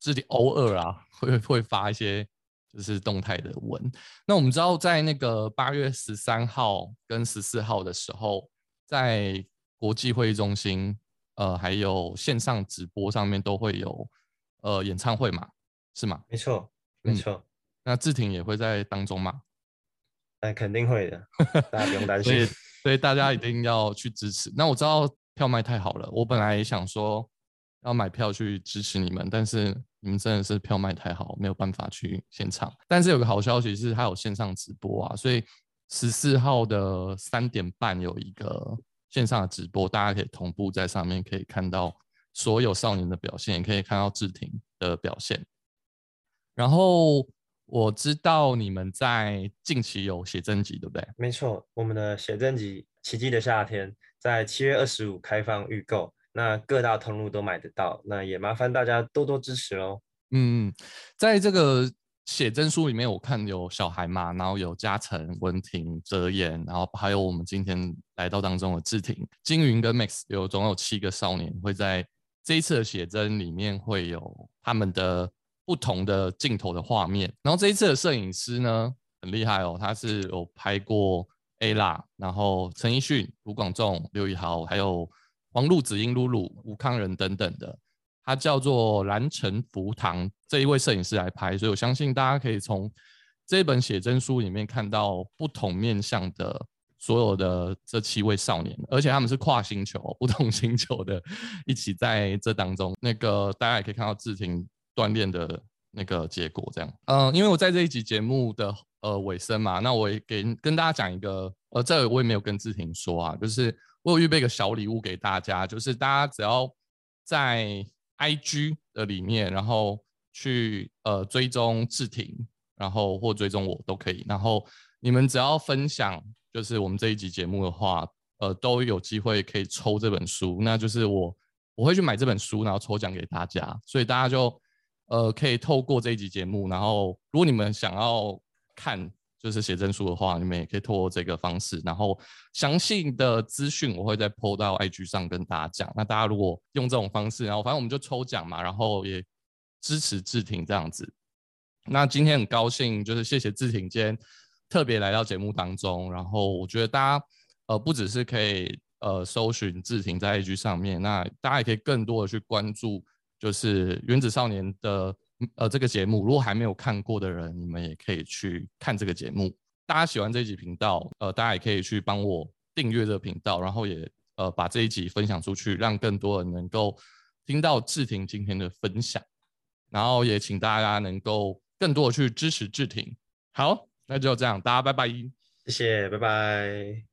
志廷偶尔啊会会发一些就是动态的文。那我们知道在那个八月十三号跟十四号的时候，在国际会议中心呃还有线上直播上面都会有呃演唱会嘛，是吗？ 没错，没错。嗯， 那志廷也会在当中嘛？ 哎，肯定会的，大家不用担心。 所以，所以大家一定要去支持。那我知道票卖太好了，我本来也想说要买票去支持你们，但是你们真的是票卖太好，没有办法去现场。但是有个好消息是，它有线上直播啊，所以十四号的三点半有一个线上的直播，大家可以同步在上面可以看到所有少年的表现，也可以看到志廷的表现。然后我知道你们在近期有写真集，对不对？ 没错，我们的写真集《奇迹的夏天》在七月二十五开放预购，那各大通路都买得到，那也麻烦大家多多支持喽。 嗯，在这个写真书里面，我看有小孩嘛，然后有嘉诚、文婷、哲言，然后还有我们今天来到当中的志廷、金云跟 Max， 有总有七个少年会在这一次的写真里面会有他们的不同的镜头的画面。然后这一次的摄影师呢很厉害哦，他是有拍过 Ella， 然后陈奕迅、卢广仲、刘以豪，还有黄路子、英露露、吴康仁等等的。他叫做蓝城福堂这一位摄影师来拍，所以我相信大家可以从这本写真书里面看到不同面向的所有的这七位少年，而且他们是跨星球、不同星球的一起在这当中。那个大家也可以看到志廷锻炼的那个结果，这样。嗯，因为我在这一集节目的呃尾声嘛，那我也给跟大家讲一个，呃，这个我也没有跟志廷说啊，就是我有预备一个小礼物给大家，就是大家只要在I G 的里面，然后去呃追踪志廷，然后或追踪我都可以。然后你们只要分享，就是我们这一集节目的话，呃，都有机会可以抽这本书。那就是我我会去买这本书，然后抽奖给大家。所以大家就呃可以透过这一集节目，然后如果你们想要看就是写真书的话，你们也可以透过这个方式，然后详细的资讯我会再 po 到 I G 上跟大家讲。那大家如果用这种方式，然后反正我们就抽奖嘛，然后也支持志廷这样子。那今天很高兴，就是谢谢志廷今天特别来到节目当中。然后我觉得大家呃不只是可以呃搜寻志廷在 I G 上面，那大家也可以更多的去关注就是原子少年的呃，这个节目如果还没有看过的人，你们也可以去看这个节目。大家喜欢这一集频道，呃，大家也可以去帮我订阅这个频道，然后也呃把这一集分享出去，让更多人能够听到志廷今天的分享。然后也请大家能够更多的去支持志廷。好，那就这样，大家拜拜。 谢谢，拜拜。